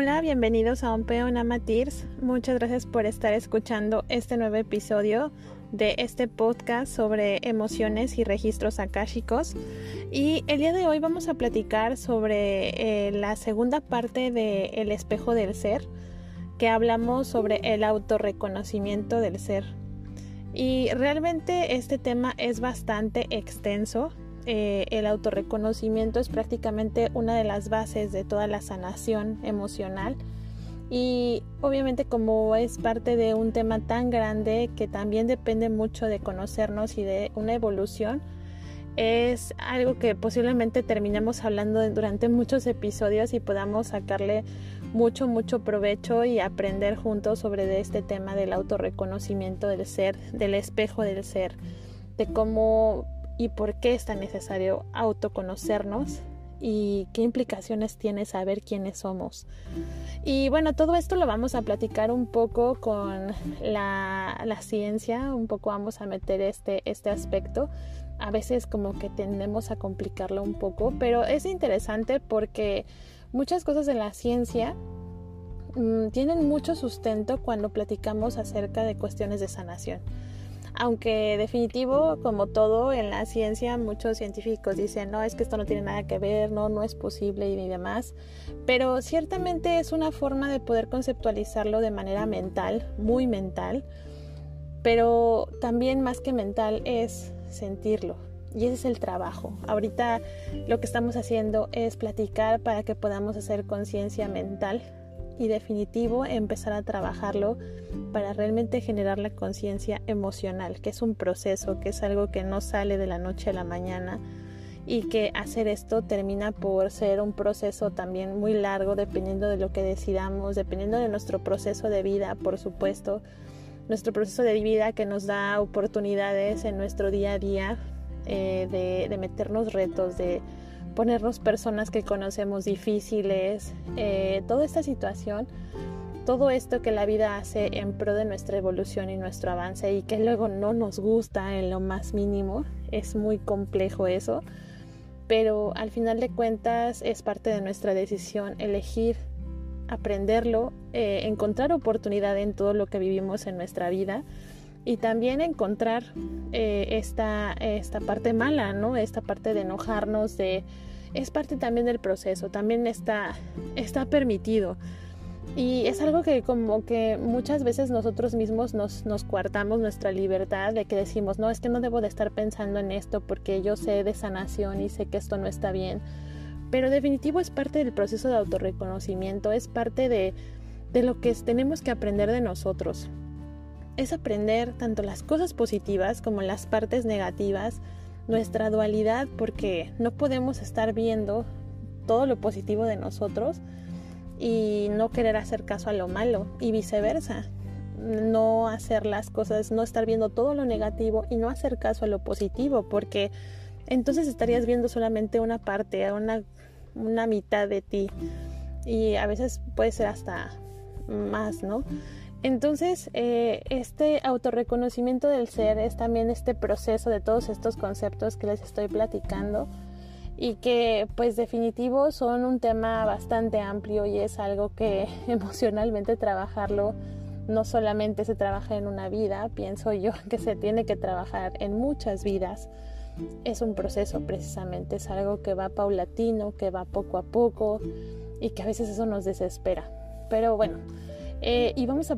Hola, bienvenidos a Ompeon Amatirs. Muchas gracias por estar escuchando este nuevo episodio de este podcast sobre emociones y registros akáshicos. Y el día de hoy vamos a platicar sobre la segunda parte de El espejo del ser, que hablamos sobre el autorreconocimiento del ser. Y realmente este tema es bastante extenso. El autorreconocimiento es prácticamente una de las bases de toda la sanación emocional y obviamente como es parte de un tema tan grande que también depende mucho de conocernos y de una evolución, es algo que posiblemente terminemos hablando durante muchos episodios y podamos sacarle mucho provecho y aprender juntos sobre este tema del autorreconocimiento del ser, del espejo del ser, de cómo y por qué es tan necesario autoconocernos y qué implicaciones tiene saber quiénes somos. Y bueno, todo esto lo vamos a platicar un poco con la ciencia, un poco vamos a meter este aspecto. A veces como que tendemos a complicarlo un poco, pero es interesante porque muchas cosas de la ciencia tienen mucho sustento cuando platicamos acerca de cuestiones de sanación. Aunque definitivo, como todo en la ciencia, muchos científicos dicen, no, es que esto no tiene nada que ver, no es posible y demás. Pero ciertamente es una forma de poder conceptualizarlo de manera mental, muy mental. Pero también más que mental es sentirlo. Y ese es el trabajo. Ahorita lo que estamos haciendo es platicar para que podamos hacer conciencia mental. Y definitivo empezar a trabajarlo para realmente generar la conciencia emocional, que es un proceso, que es algo que no sale de la noche a la mañana y que hacer esto termina por ser un proceso también muy largo dependiendo de lo que decidamos, dependiendo de nuestro proceso de vida, por supuesto, nuestro proceso de vida que nos da oportunidades en nuestro día a día de meternos retos, de ponernos personas que conocemos difíciles, toda esta situación, todo esto que la vida hace en pro de nuestra evolución y nuestro avance y que luego no nos gusta en lo más mínimo, es muy complejo eso, pero al final de cuentas es parte de nuestra decisión elegir aprenderlo, encontrar oportunidad en todo lo que vivimos en nuestra vida y también encontrar esta parte mala, ¿no? Esta parte de enojarnos, es parte también del proceso, también está permitido. Y es algo que como que muchas veces nosotros mismos nos coartamos nuestra libertad de que decimos, no, es que no debo de estar pensando en esto porque yo sé de sanación y sé que esto no está bien. Pero definitivo es parte del proceso de autorreconocimiento, es parte de lo que tenemos que aprender de nosotros. Es aprender tanto las cosas positivas como las partes negativas, nuestra dualidad, porque no podemos estar viendo todo lo positivo de nosotros y no querer hacer caso a lo malo y viceversa, no hacer las cosas, no estar viendo todo lo negativo y no hacer caso a lo positivo, porque entonces estarías viendo solamente una parte, una mitad de ti y a veces puede ser hasta más, ¿no? Entonces, este autorreconocimiento del ser es también este proceso de todos estos conceptos que les estoy platicando y que, pues, definitivo son un tema bastante amplio y es algo que emocionalmente trabajarlo no solamente se trabaja en una vida, pienso yo que se tiene que trabajar en muchas vidas. Es un proceso precisamente, es algo que va paulatino, que va poco a poco y que a veces eso nos desespera. Pero bueno, y vamos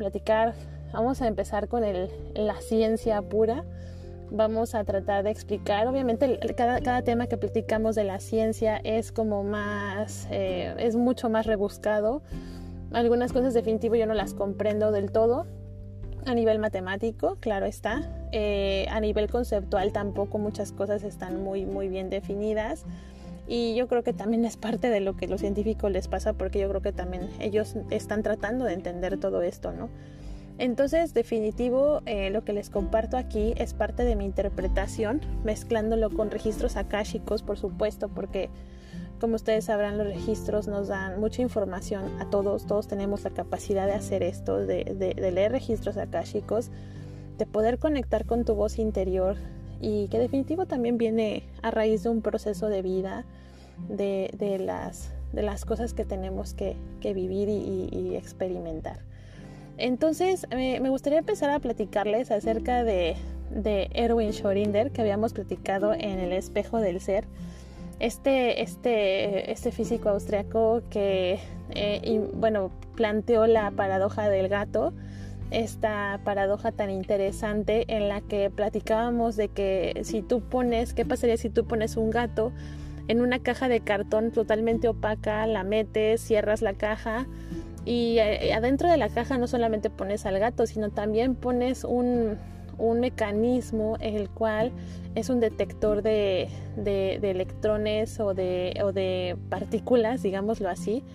a empezar con la ciencia pura. Vamos a tratar de explicar, obviamente cada tema que platicamos de la ciencia es como más, es mucho más rebuscado. Algunas cosas definitivo yo no las comprendo del todo a nivel matemático, claro está. A nivel conceptual tampoco muchas cosas están muy bien definidas. Y yo creo que también es parte de lo que a los científicos les pasa, porque yo creo que también ellos están tratando de entender todo esto, ¿no? Entonces, definitivo, lo que les comparto aquí es parte de mi interpretación, mezclándolo con registros akáshicos, por supuesto, porque como ustedes sabrán, los registros nos dan mucha información a todos tenemos la capacidad de hacer esto, de leer registros akáshicos, de poder conectar con tu voz interior, y que definitivo también viene a raíz de un proceso de vida, de las cosas que tenemos que vivir y experimentar. Entonces, me gustaría empezar a platicarles acerca de Erwin Schrödinger, que habíamos platicado en El espejo del ser. Este físico austriaco que planteó la paradoja del gato, esta paradoja tan interesante en la que platicábamos de que ¿qué pasaría si tú pones un gato en una caja de cartón totalmente opaca, la metes, cierras la caja y adentro de la caja no solamente pones al gato, sino también pones un mecanismo el cual es un detector de electrones o de partículas, digámoslo así,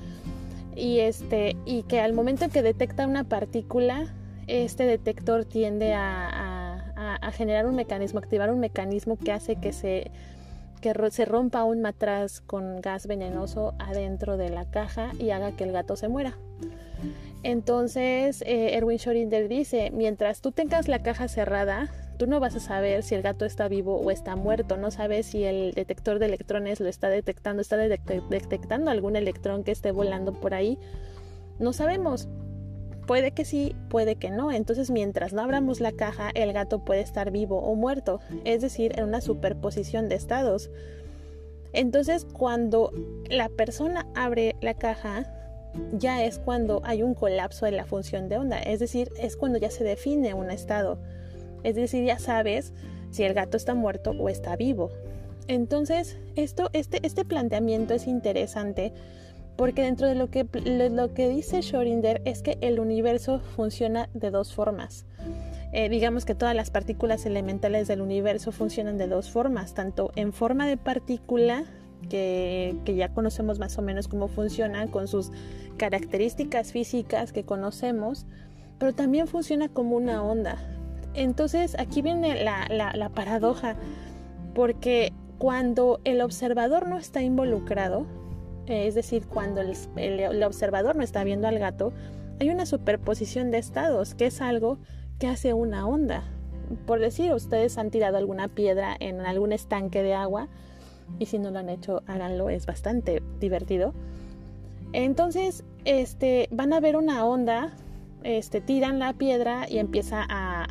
y que al momento en que detecta una partícula, este detector tiende a generar un mecanismo, activar un mecanismo que hace que se rompa un matraz con gas venenoso adentro de la caja y haga que el gato se muera. Entonces, Erwin Schrödinger dice, mientras tú tengas la caja cerrada, tú no vas a saber si el gato está vivo o está muerto, no sabes si el detector de electrones lo está detectando, detectando algún electrón que esté volando por ahí, no sabemos. Puede que sí, puede que no. Entonces, mientras no abramos la caja, el gato puede estar vivo o muerto, es decir, en una superposición de estados. Entonces, cuando la persona abre la caja, ya es cuando hay un colapso de la función de onda, es decir, es cuando ya se define un estado, es decir, ya sabes si el gato está muerto o está vivo. Entonces, este planteamiento es interesante porque dentro de lo que dice Schrödinger es que el universo funciona de dos formas. Digamos que todas las partículas elementales del universo funcionan de dos formas, tanto en forma de partícula, que ya conocemos más o menos cómo funciona con sus características físicas que conocemos, pero también funciona como una onda. Entonces aquí viene la paradoja, porque cuando el observador no está involucrado, es decir, cuando el observador no está viendo al gato, hay una superposición de estados, que es algo que hace una onda. Por decir, ustedes han tirado alguna piedra en algún estanque de agua, y si no lo han hecho, háganlo, es bastante divertido. Entonces, van a ver una onda, tiran la piedra y empieza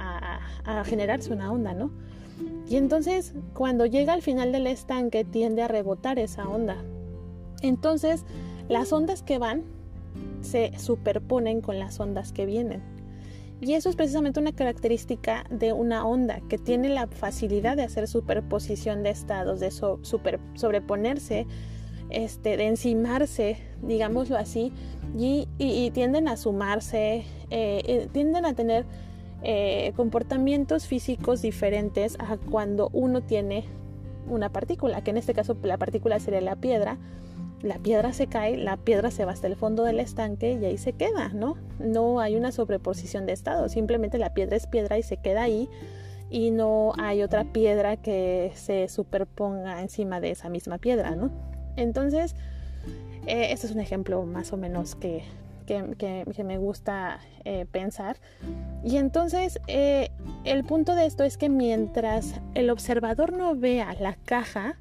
a generarse una onda, ¿no? Y entonces, cuando llega al final del estanque, tiende a rebotar esa onda. Entonces, las ondas que van se superponen con las ondas que vienen. Y eso es precisamente una característica de una onda, que tiene la facilidad de hacer superposición de estados, de sobreponerse, de encimarse, digámoslo así, y tienden a sumarse, tienden a tener comportamientos físicos diferentes a cuando uno tiene una partícula, que en este caso la partícula sería la piedra. La piedra se cae, la piedra se va hasta el fondo del estanque y ahí se queda, ¿no? No hay una sobreposición de estados, simplemente la piedra es piedra y se queda ahí y no hay otra piedra que se superponga encima de esa misma piedra, ¿no? Entonces, este es un ejemplo más o menos que me gusta pensar. Y entonces, el punto de esto es que mientras el observador no vea la caja,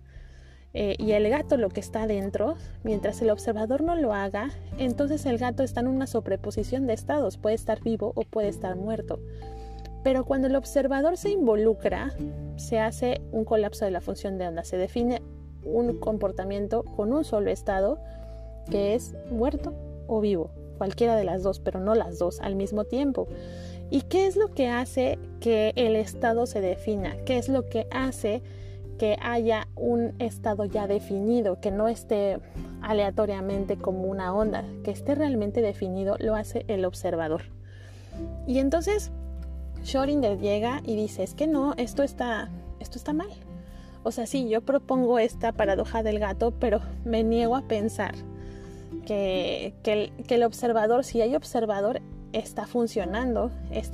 y el gato lo que está adentro, mientras el observador no lo haga, entonces el gato está en una sobreposición de estados, puede estar vivo o puede estar muerto. Pero cuando el observador se involucra, se hace un colapso de la función de onda, se define un comportamiento con un solo estado, que es muerto o vivo, cualquiera de las dos, pero no las dos al mismo tiempo. ¿Y qué es lo que hace que el estado se defina? ¿Qué es lo que hace que haya un estado ya definido, que no esté aleatoriamente como una onda, que esté realmente definido? Lo hace el observador. Y entonces Schrödinger llega y dice, es que no, esto está mal. O sea, sí, yo propongo esta paradoja del gato, pero me niego a pensar que el observador, si hay observador, está funcionando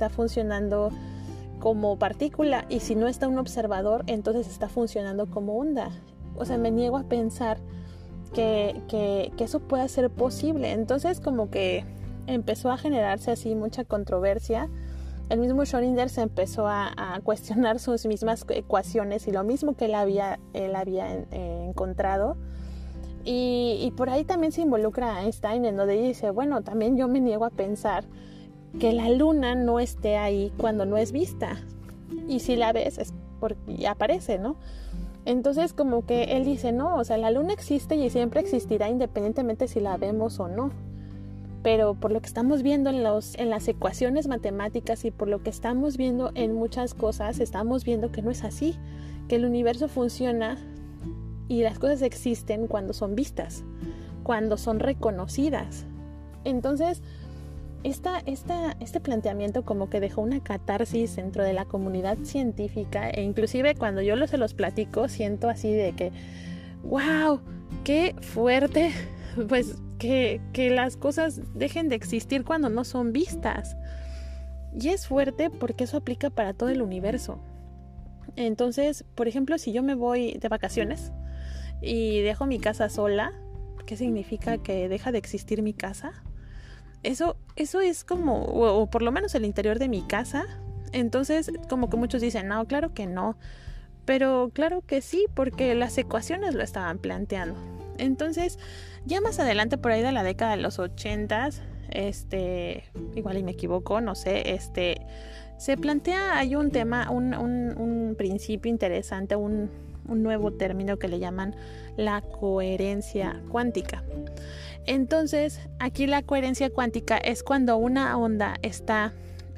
como partícula, y si no está un observador, entonces está funcionando como onda. O sea, me niego a pensar que eso pueda ser posible. Entonces, como que empezó a generarse así mucha controversia. El mismo Schrödinger se empezó a cuestionar sus mismas ecuaciones y lo mismo que él había encontrado. Y por ahí también se involucra a Einstein, en donde dice, bueno, también yo me niego a pensar que la luna no esté ahí cuando no es vista. Y si la ves es porque aparece, ¿no? Entonces como que él dice, no, o sea, la luna existe y siempre existirá independientemente si la vemos o no. Pero por lo que estamos viendo en las ecuaciones matemáticas y por lo que estamos viendo en muchas cosas, estamos viendo que no es así, que el universo funciona y las cosas existen cuando son vistas, cuando son reconocidas. Entonces, este planteamiento como que dejó una catarsis dentro de la comunidad científica, e inclusive cuando yo se los platico siento así de que ¡wow! ¡Qué fuerte! Pues que las cosas dejen de existir cuando no son vistas. Y es fuerte porque eso aplica para todo el universo. Entonces, por ejemplo, si yo me voy de vacaciones y dejo mi casa sola, ¿qué significa que deja de existir mi casa? Eso es como, o por lo menos el interior de mi casa. Entonces, como que muchos dicen, no, claro que no. Pero claro que sí, porque las ecuaciones lo estaban planteando. Entonces, ya más adelante, por ahí de la década de los 80s, igual y me equivoco, no sé, se plantea, hay un tema, un principio interesante, un nuevo término que le llaman la coherencia cuántica. Entonces, aquí la coherencia cuántica es cuando una onda está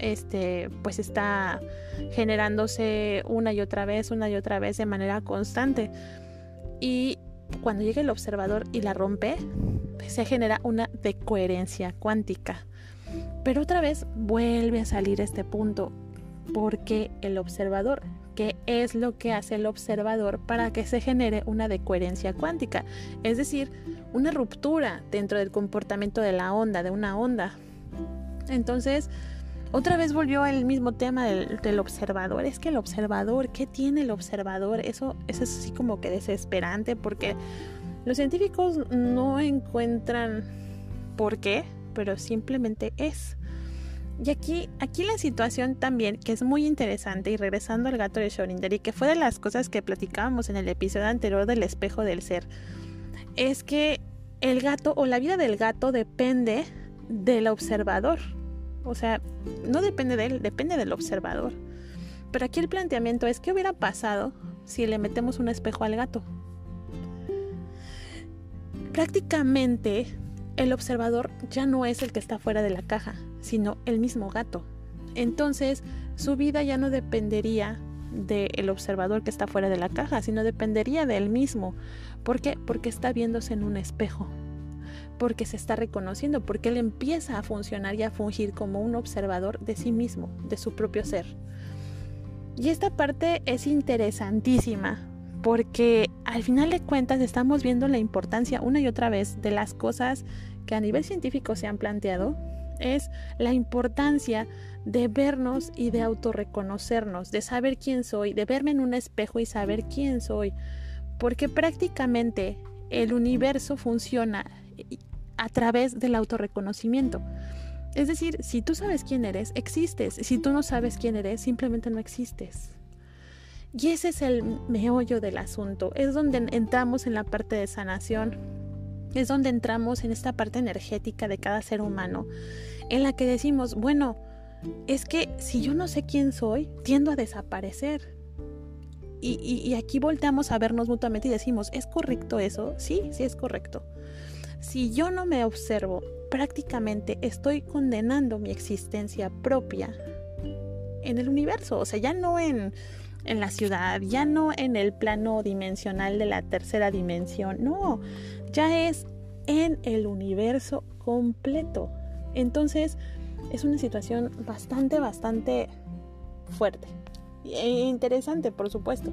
generándose una y otra vez de manera constante. Y cuando llega el observador y la rompe, se genera una decoherencia cuántica. Pero otra vez vuelve a salir este punto, porque el observador, ¿qué es lo que hace el observador para que se genere una decoherencia cuántica? Es decir, una ruptura dentro del comportamiento de la onda, de una onda. Entonces, otra vez volvió el mismo tema del observador. Es que el observador, ¿qué tiene el observador? Eso es así como que desesperante, porque los científicos no encuentran por qué, pero simplemente es. Y aquí la situación también, que es muy interesante, y regresando al gato de Schrödinger, y que fue de las cosas que platicábamos en el episodio anterior del espejo del ser, es que el gato o la vida del gato depende del observador. O sea, no depende de él, depende del observador. Pero aquí el planteamiento es, ¿qué hubiera pasado si le metemos un espejo al gato? Prácticamente el observador ya no es el que está fuera de la caja, sino el mismo gato. Entonces, su vida ya no dependería del observador que está fuera de la caja, sino dependería de él mismo. ¿Por qué? Porque está viéndose en un espejo, porque se está reconociendo, porque él empieza a funcionar y a fungir como un observador de sí mismo, de su propio ser. Y esta parte es interesantísima, porque al final de cuentas estamos viendo la importancia una y otra vez de las cosas que a nivel científico se han planteado. Es la importancia de vernos y de autorreconocernos, de saber quién soy, de verme en un espejo y saber quién soy, porque prácticamente el universo funciona a través del autorreconocimiento. Es decir, si tú sabes quién eres, existes. Si tú no sabes quién eres, simplemente no existes. Y ese es el meollo del asunto. Es donde entramos en la parte de sanación. Es donde entramos en esta parte energética de cada ser humano, en la que decimos, bueno, es que si yo no sé quién soy, tiendo a desaparecer. Y aquí volteamos a vernos mutuamente y decimos, ¿es correcto eso? Sí es correcto. Si yo no me observo, prácticamente estoy condenando mi existencia propia en el universo. O sea, ya no en la ciudad, ya no en el plano dimensional de la tercera dimensión. No, ya es en el universo completo. Entonces, es una situación bastante fuerte e interesante, por supuesto.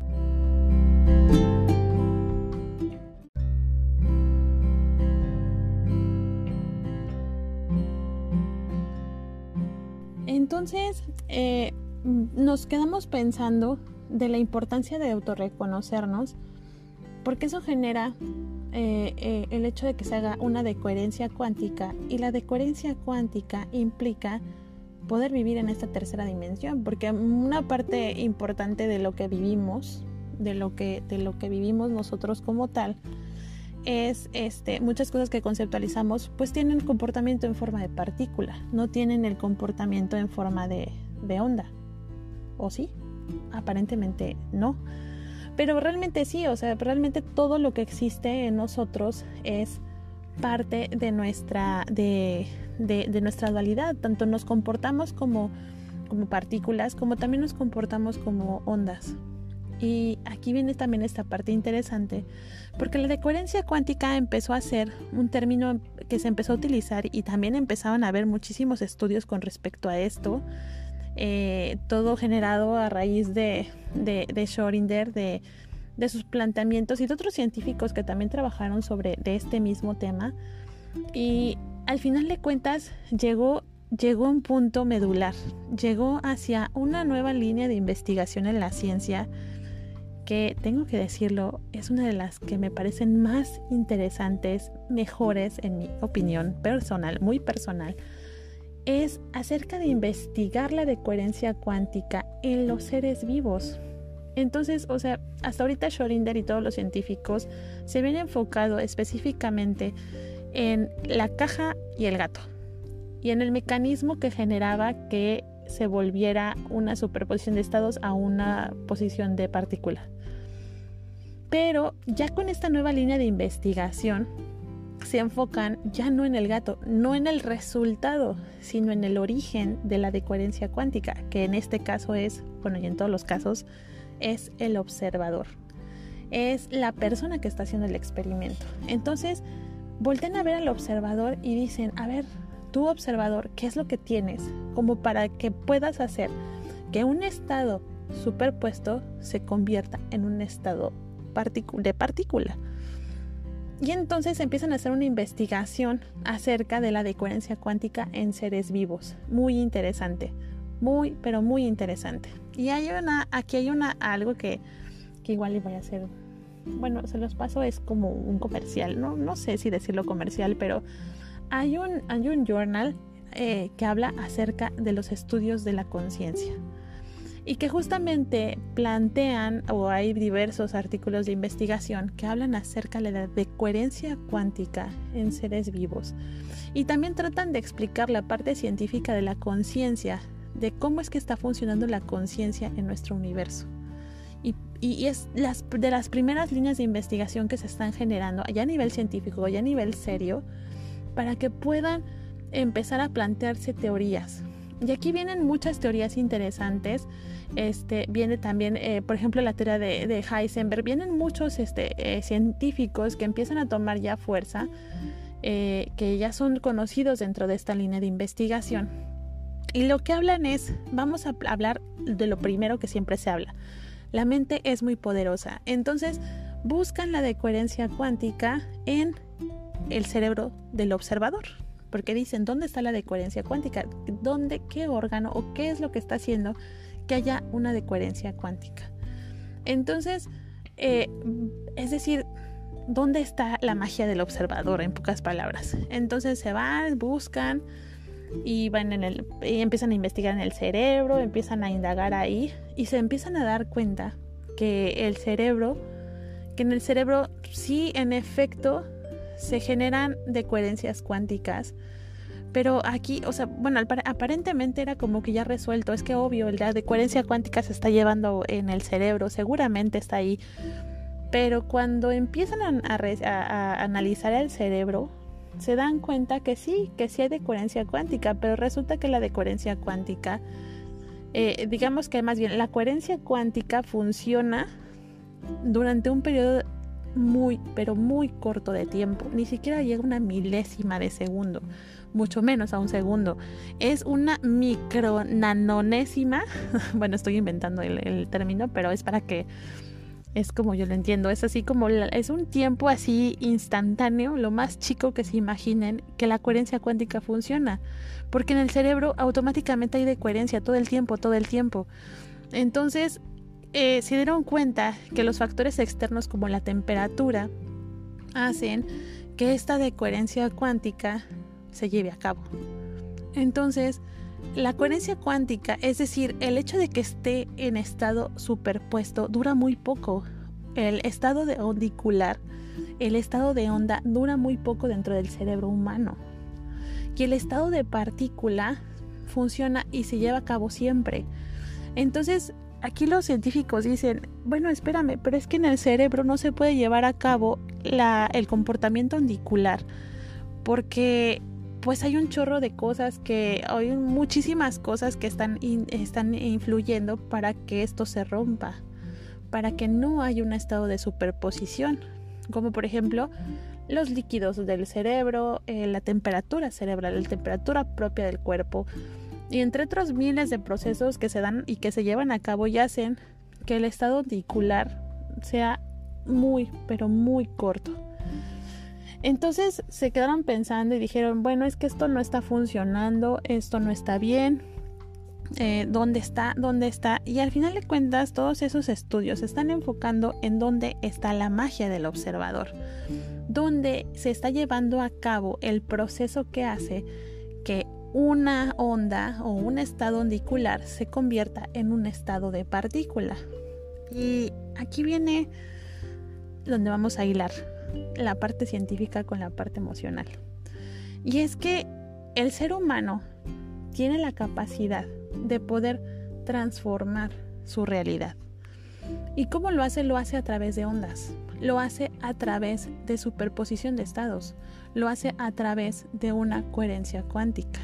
Entonces, nos quedamos pensando de la importancia de autorreconocernos, porque eso genera el hecho de que se haga una decoherencia cuántica, y la decoherencia cuántica implica poder vivir en esta tercera dimensión, porque una parte importante de lo que vivimos, de lo que vivimos nosotros como tal, es muchas cosas que conceptualizamos pues tienen comportamiento en forma de partícula, no tienen el comportamiento en forma de onda. ¿O sí? Aparentemente no. Pero realmente sí, o sea, realmente todo lo que existe en nosotros es parte de nuestra dualidad. Tanto nos comportamos como partículas, como también nos comportamos como ondas. Y aquí viene también esta parte interesante, porque la decoherencia cuántica empezó a ser un término que se empezó a utilizar y también empezaban a haber muchísimos estudios con respecto a esto, todo generado a raíz de Schrödinger, de sus planteamientos y de otros científicos que también trabajaron de este mismo tema. Y al final de cuentas llegó un punto medular, llegó hacia una nueva línea de investigación en la ciencia que, tengo que decirlo, es una de las que me parecen más interesantes, mejores en mi opinión personal, muy personal. Es acerca de investigar la decoherencia cuántica en los seres vivos. Entonces, o sea, hasta ahorita Schrödinger y todos los científicos se habían enfocado específicamente en la caja y el gato y en el mecanismo que generaba que se volviera una superposición de estados a una posición de partícula. Pero ya con esta nueva línea de investigación se enfocan ya no en el gato, no en el resultado, sino en el origen de la decoherencia cuántica, que en este caso es, bueno, y en todos los casos, es el observador. Es la persona que está haciendo el experimento. Entonces, voltean a ver al observador y dicen, a ver, tú observador, ¿qué es lo que tienes como para que puedas hacer que un estado superpuesto se convierta en un estado de partícula? Y entonces empiezan a hacer una investigación acerca de la decoherencia cuántica en seres vivos. Muy interesante, muy, pero muy interesante. Y aquí hay algo que igual le voy a hacer, bueno, se los paso, es como un comercial, no sé si decirlo comercial, pero hay un journal que habla acerca de los estudios de la conciencia y que justamente plantean, o hay diversos artículos de investigación que hablan acerca de la decoherencia cuántica en seres vivos y también tratan de explicar la parte científica de la conciencia, de cómo es que está funcionando la conciencia en nuestro universo. Y es de las primeras líneas de investigación que se están generando ya a nivel científico, ya a nivel serio, para que puedan empezar a plantearse teorías. Y aquí vienen muchas teorías interesantes. Viene también, por ejemplo, la teoría de Heisenberg. Vienen muchos científicos que empiezan a tomar ya fuerza, que ya son conocidos dentro de esta línea de investigación. Y lo que hablan es, vamos a hablar de lo primero que siempre se habla. La mente es muy poderosa. Entonces, buscan la decoherencia cuántica en el cerebro del observador. Porque dicen, ¿dónde está la decoherencia cuántica? ¿Qué órgano o qué es lo que está haciendo que haya una decoherencia cuántica? Entonces, es decir, ¿dónde está la magia del observador, en pocas palabras? Entonces se van, buscan y y empiezan a investigar en el cerebro, empiezan a indagar ahí y se empiezan a dar cuenta que en el cerebro sí, en efecto, se generan decoherencias cuánticas, pero aquí, o sea, bueno, aparentemente era como que ya resuelto, es que obvio, la decoherencia cuántica se está llevando en el cerebro, seguramente está ahí, pero cuando empiezan a analizar el cerebro, se dan cuenta que sí hay decoherencia cuántica, pero resulta que la decoherencia cuántica, digamos que más bien la coherencia cuántica funciona durante un periodo muy, pero muy corto de tiempo. Ni siquiera llega a una milésima de segundo, mucho menos a un segundo. Es una micronanonésima. Bueno, estoy inventando el término, pero es para que es como yo lo entiendo. Es así como es un tiempo así instantáneo, lo más chico que se imaginen, que la coherencia cuántica funciona, porque en el cerebro automáticamente hay decoherencia todo el tiempo. Entonces se dieron cuenta que los factores externos como la temperatura hacen que esta decoherencia cuántica se lleve a cabo. Entonces, la coherencia cuántica, es decir, el hecho de que esté en estado superpuesto, dura muy poco. el estado de ondicular, el estado de onda dura muy poco dentro del cerebro humano. Y el estado de partícula funciona y se lleva a cabo siempre. Entonces, aquí los científicos dicen, bueno, espérame, pero es que en el cerebro no se puede llevar a cabo el comportamiento ondicular, porque pues hay un chorro de cosas hay muchísimas cosas que están influyendo para que esto se rompa, para que no haya un estado de superposición, como por ejemplo los líquidos del cerebro, la temperatura cerebral, la temperatura propia del cuerpo, y entre otros miles de procesos que se dan y que se llevan a cabo y hacen que el estado ondicular sea muy, pero muy corto. Entonces se quedaron pensando y dijeron, bueno, es que esto no está funcionando, esto no está bien, ¿dónde está? Y al final de cuentas todos esos estudios se están enfocando en dónde está la magia del observador, donde se está llevando a cabo el proceso que hace que una onda o un estado ondicular se convierta en un estado de partícula. Y aquí viene donde vamos a hilar la parte científica con la parte emocional. Y es que el ser humano tiene la capacidad de poder transformar su realidad. ¿Y cómo lo hace? Lo hace a través de ondas, lo hace a través de superposición de estados, lo hace a través de una coherencia cuántica.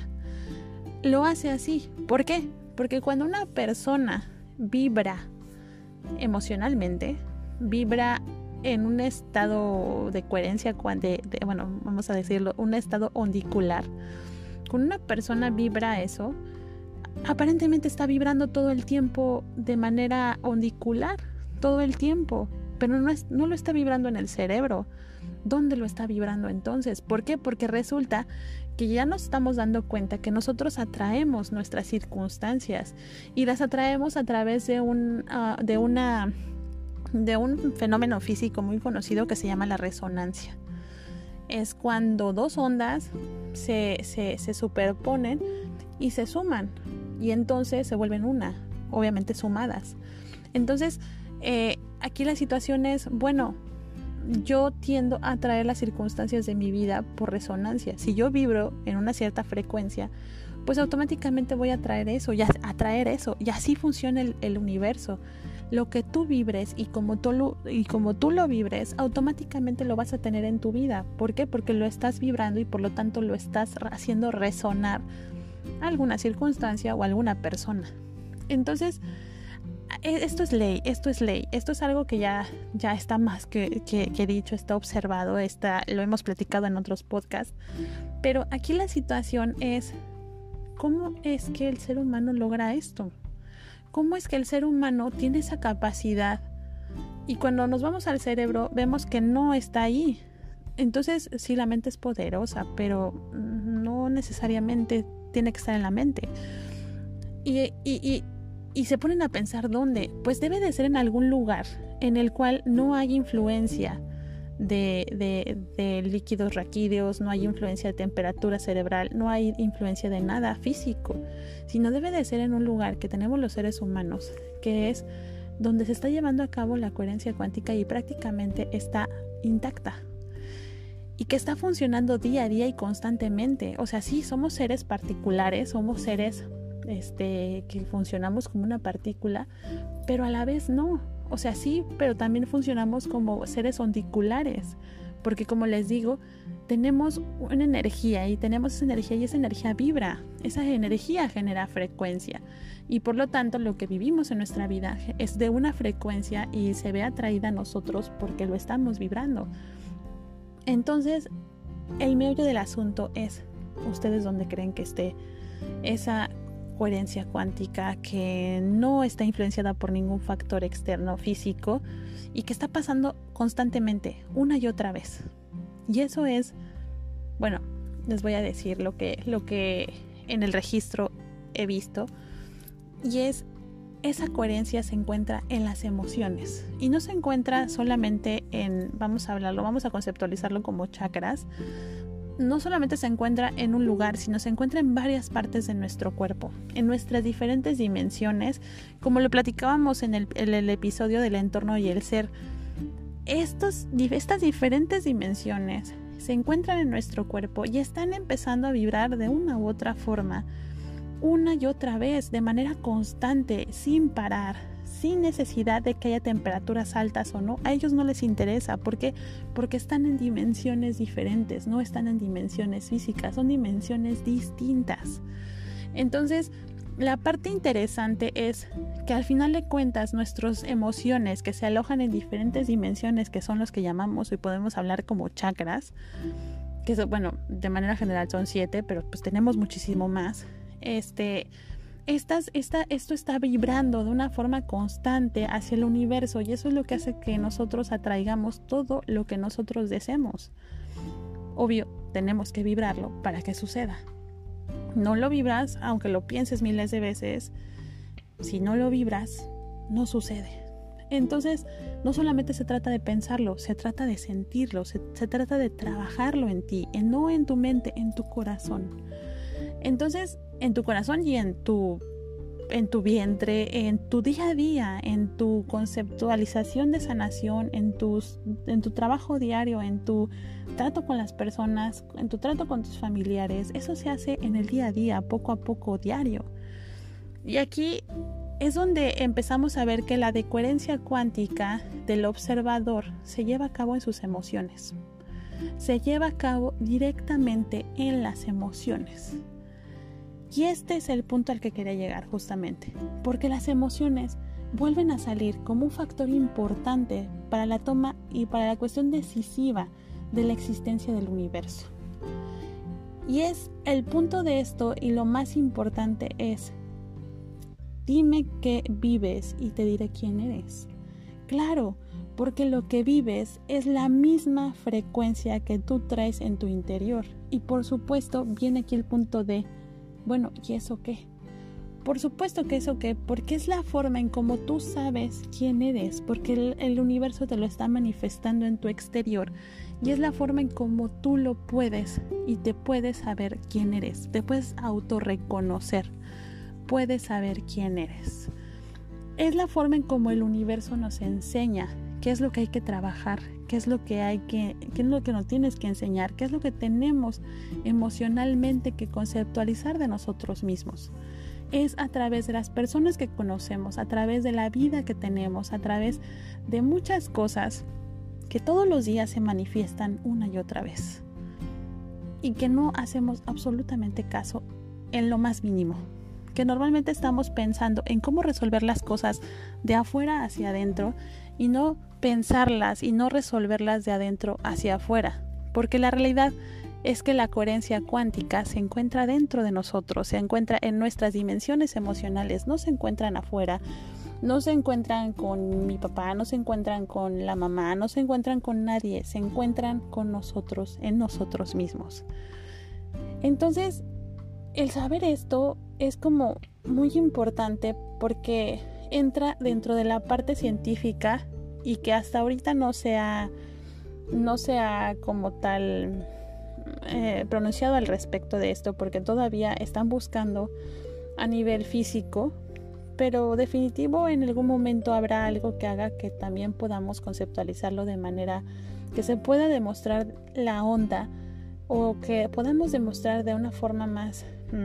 Lo hace así. ¿Por qué? Porque cuando una persona vibra emocionalmente, vibra en un estado de coherencia vamos a decirlo, un estado ondicular. Cuando una persona vibra eso, aparentemente está vibrando todo el tiempo de manera ondicular, todo el tiempo, pero no lo está vibrando en el cerebro. ¿Dónde lo está vibrando entonces? ¿Por qué? Porque resulta que ya nos estamos dando cuenta que nosotros atraemos nuestras circunstancias y las atraemos a través de un fenómeno físico muy conocido que se llama la resonancia. Es cuando dos ondas se superponen y se suman y entonces se vuelven una, obviamente sumadas. Entonces, aquí la situación es, bueno, yo tiendo a atraer las circunstancias de mi vida por resonancia. Si yo vibro en una cierta frecuencia, pues automáticamente voy a atraer eso, y así funciona el universo. Lo que tú vibres y como tú lo vibres, automáticamente lo vas a tener en tu vida. ¿Por qué? Porque lo estás vibrando y por lo tanto lo estás haciendo resonar a alguna circunstancia o a alguna persona. Entonces, esto es ley, esto es algo que ya está más que dicho, está observado, lo hemos platicado en otros podcasts, pero aquí la situación es, ¿cómo es que el ser humano logra esto? ¿Cómo es que el ser humano tiene esa capacidad? Y cuando nos vamos al cerebro vemos que no está ahí. Entonces, sí, la mente es poderosa, pero no necesariamente tiene que estar en la mente. Y se ponen a pensar ¿dónde? Pues debe de ser en algún lugar en el cual no hay influencia de líquidos raquídeos, no hay influencia de temperatura cerebral, no hay influencia de nada físico, sino debe de ser en un lugar que tenemos los seres humanos, que es donde se está llevando a cabo la coherencia cuántica y prácticamente está intacta y que está funcionando día a día y constantemente. O sea, sí, somos seres particulares, somos seres que funcionamos como una partícula, pero a la vez no. O sea, sí, pero también funcionamos como seres ondiculares, porque como les digo, tenemos una energía y esa energía vibra, esa energía genera frecuencia y por lo tanto lo que vivimos en nuestra vida es de una frecuencia y se ve atraída a nosotros porque lo estamos vibrando. Entonces, el meollo del asunto es, ¿ustedes dónde creen que esté esa coherencia cuántica que no está influenciada por ningún factor externo físico y que está pasando constantemente una y otra vez? Y eso es, bueno, les voy a decir lo que en el registro he visto, y es esa coherencia se encuentra en las emociones y no se encuentra solamente vamos a conceptualizarlo como chakras. No solamente se encuentra en un lugar, sino se encuentra en varias partes de nuestro cuerpo, en nuestras diferentes dimensiones, como lo platicábamos en el episodio del entorno y el ser. estas diferentes dimensiones se encuentran en nuestro cuerpo y están empezando a vibrar de una u otra forma, una y otra vez, de manera constante, sin parar, sin necesidad de que haya temperaturas altas o no. A ellos no les interesa. ¿Por qué? Porque están en dimensiones diferentes, no están en dimensiones físicas, son dimensiones distintas. Entonces, la parte interesante es que al final de cuentas nuestras emociones que se alojan en diferentes dimensiones, que son los que llamamos y podemos hablar como chakras, que son, bueno, de manera general son 7, pero pues tenemos muchísimo más. Esto está vibrando de una forma constante hacia el universo y eso es lo que hace que nosotros atraigamos todo lo que nosotros deseemos. Obvio, tenemos que vibrarlo para que suceda. No lo vibras, aunque lo pienses miles de veces, si no lo vibras, no sucede. Entonces, no solamente se trata de pensarlo, se trata de sentirlo, se trata de trabajarlo en ti, no en tu mente, en tu corazón. Entonces, en tu corazón y en tu vientre, en tu día a día, en tu conceptualización de sanación, en tu trabajo diario, en tu trato con las personas, en tu trato con tus familiares. Eso se hace en el día a día, poco a poco, diario. Y aquí es donde empezamos a ver que la decoherencia cuántica del observador se lleva a cabo en sus emociones. Se lleva a cabo directamente en las emociones. Y este es el punto al que quería llegar justamente, porque las emociones vuelven a salir como un factor importante para la toma y para la cuestión decisiva de la existencia del universo. Y es el punto de esto, y lo más importante es: dime qué vives y te diré quién eres. Claro, porque lo que vives es la misma frecuencia que tú traes en tu interior. Y por supuesto viene aquí el punto de: bueno, ¿y eso qué? Por supuesto que eso qué, porque es la forma en cómo tú sabes quién eres, porque el universo te lo está manifestando en tu exterior y es la forma en cómo tú lo puedes y te puedes saber quién eres, te puedes autorreconocer, puedes saber quién eres. Es la forma en cómo el universo nos enseña qué es lo que hay que trabajar, qué es lo que nos tienes que enseñar, qué es lo que tenemos emocionalmente que conceptualizar de nosotros mismos. Es a través de las personas que conocemos, a través de la vida que tenemos, a través de muchas cosas que todos los días se manifiestan una y otra vez y que no hacemos absolutamente caso en lo más mínimo, que normalmente estamos pensando en cómo resolver las cosas de afuera hacia adentro y no pensarlas y no resolverlas de adentro hacia afuera, porque la realidad es que la coherencia cuántica se encuentra dentro de nosotros, se encuentra en nuestras dimensiones emocionales, no se encuentran afuera, no se encuentran con mi papá, no se encuentran con la mamá, no se encuentran con nadie, se encuentran con nosotros, en nosotros mismos. Entonces, el saber esto es como muy importante porque entra dentro de la parte científica y que hasta ahorita no se ha como tal pronunciado al respecto de esto, porque todavía están buscando a nivel físico, pero definitivo en algún momento habrá algo que haga que también podamos conceptualizarlo de manera que se pueda demostrar la onda o que podamos demostrar de una forma más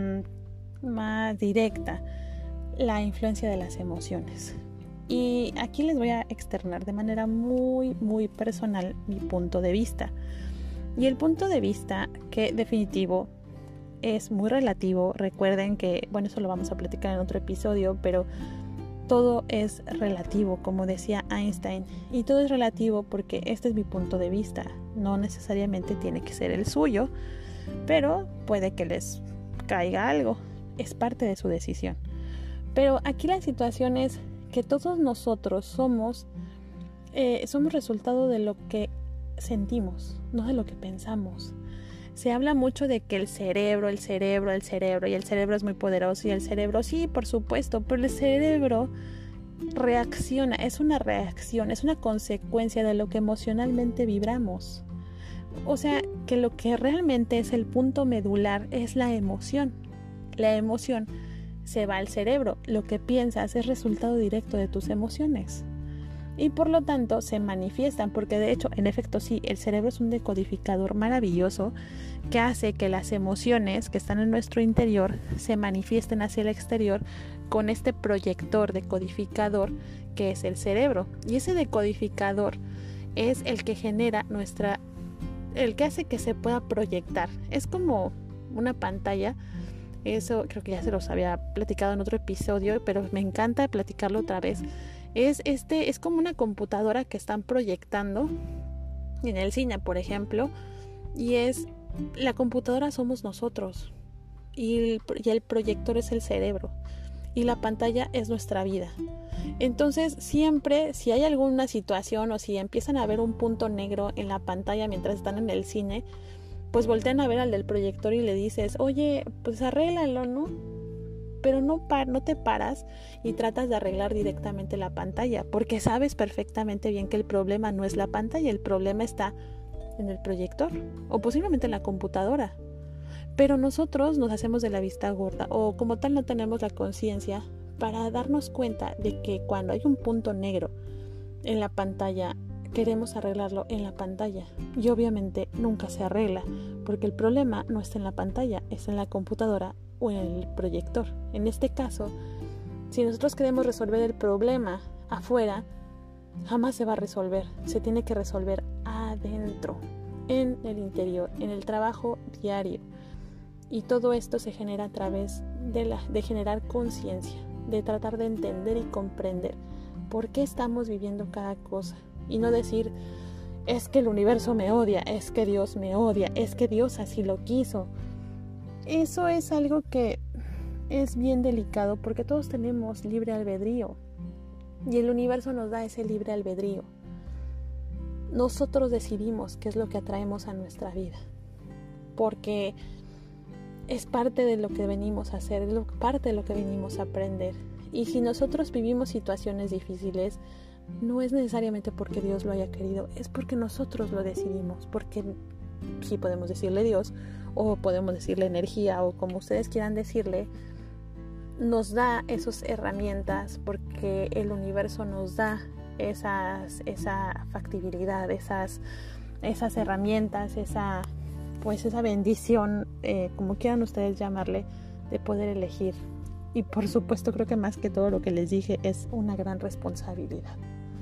directa la influencia de las emociones. Y aquí les voy a externar de manera muy, muy personal mi punto de vista. Y el punto de vista que definitivo es muy relativo. Recuerden que, bueno, eso lo vamos a platicar en otro episodio, pero todo es relativo, como decía Einstein. Y todo es relativo porque este es mi punto de vista. No necesariamente tiene que ser el suyo, pero puede que les caiga algo. Es parte de su decisión. Pero aquí la situación es que todos nosotros somos resultado de lo que sentimos, no de lo que pensamos. Se habla mucho de que el cerebro, y el cerebro es muy poderoso, y el cerebro, sí, por supuesto, pero el cerebro reacciona, es una reacción, es una consecuencia de lo que emocionalmente vibramos. O sea, que lo que realmente es el punto medular es la emoción. La emoción se va al cerebro. Lo que piensas es resultado directo de tus emociones. y por lo tanto se manifiestan, porque de hecho, en efecto sí, el cerebro es un decodificador maravilloso que hace que las emociones que están en nuestro interior se manifiesten hacia el exterior con este proyector decodificador que es el cerebro. Y ese decodificador es el que genera el que hace que se pueda proyectar. Es como una pantalla. Eso creo que ya se los había platicado en otro episodio, pero me encanta platicarlo otra vez. Es como una computadora que están proyectando en el cine, por ejemplo, y la computadora somos nosotros y el proyector es el cerebro y la pantalla es nuestra vida. Entonces siempre, si hay alguna situación o si empiezan a ver un punto negro en la pantalla mientras están en el cine, pues voltean a ver al del proyector y le dices, oye, pues arréglalo, ¿no? Pero no te paras y tratas de arreglar directamente la pantalla, porque sabes perfectamente bien que el problema no es la pantalla, el problema está en el proyector o posiblemente en la computadora. Pero nosotros nos hacemos de la vista gorda o como tal no tenemos la conciencia para darnos cuenta de que cuando hay un punto negro en la pantalla, queremos arreglarlo en la pantalla y obviamente nunca se arregla porque el problema no está en la pantalla, es en la computadora o en el proyector. En este caso, si nosotros queremos resolver el problema afuera, jamás se va a resolver. Se tiene que resolver adentro, en el interior, en el trabajo diario. Y todo esto se genera a través de generar conciencia, de tratar de entender y comprender por qué estamos viviendo cada cosa. Y no decir, es que el universo me odia, es que Dios me odia, es que Dios así lo quiso. Eso es algo que es bien delicado porque todos tenemos libre albedrío y el universo nos da ese libre albedrío. Nosotros decidimos qué es lo que atraemos a nuestra vida porque es parte de lo que venimos a hacer, es parte de lo que venimos a aprender. Y si nosotros vivimos situaciones difíciles, no es necesariamente porque Dios lo haya querido, es porque nosotros lo decidimos, porque sí podemos decirle Dios o podemos decirle energía o como ustedes quieran decirle, nos da esas herramientas porque el universo nos da esa factibilidad, esas herramientas, esa bendición, como quieran ustedes llamarle, de poder elegir. Y por supuesto creo que más que todo lo que les dije es una gran responsabilidad.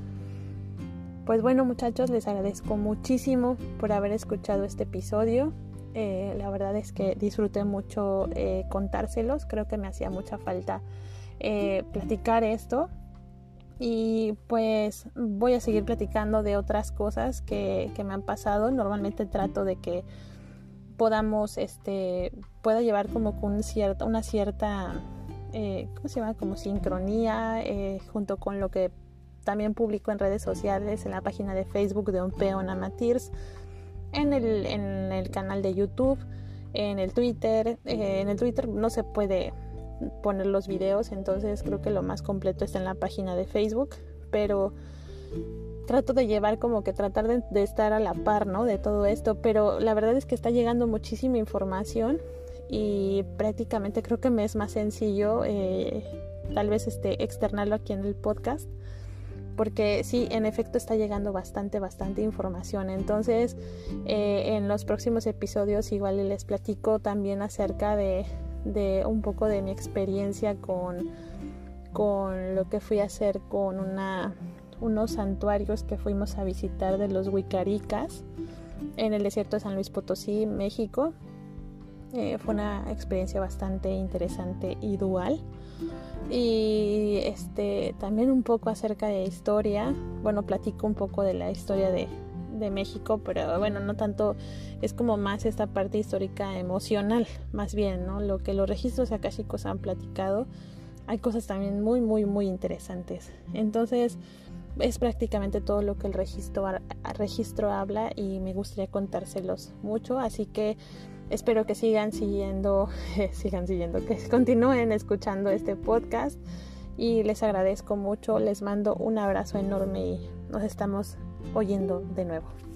Pues bueno muchachos, les agradezco muchísimo por haber escuchado este episodio. La verdad es que disfruté mucho contárselos, creo que me hacía mucha falta platicar esto. Y pues voy a seguir platicando de otras cosas que me han pasado. Normalmente trato de que pueda llevar como una cierta ¿cómo se llama? Como sincronía junto con lo que también publico en redes sociales, en la página de Facebook de Ompeon Amatirs, en el canal de YouTube, en el Twitter. En el Twitter no se puede poner los videos, entonces creo que lo más completo está en la página de Facebook, pero trato de llevar tratar de estar a la par, ¿no? De todo esto, pero la verdad es que está llegando muchísima información y prácticamente creo que me es más sencillo tal vez externarlo aquí en el podcast, porque sí, en efecto está llegando bastante información. Entonces en los próximos episodios igual les platico también acerca de un poco de mi experiencia con lo que fui a hacer con unos santuarios que fuimos a visitar de los Huicaricas en el desierto de San Luis Potosí, México. Fue una experiencia bastante interesante y dual. Y también un poco acerca de historia. Bueno, platico un poco de la historia de México, pero bueno, no tanto, es como más esta parte histórica emocional, más bien, ¿no? Lo que los registros akáshicos han platicado, hay cosas también muy interesantes. Entonces, es prácticamente todo lo que el registro habla y me gustaría contárselos mucho, así que espero que sigan siguiendo, que continúen escuchando este podcast y les agradezco mucho, les mando un abrazo enorme y nos estamos oyendo de nuevo.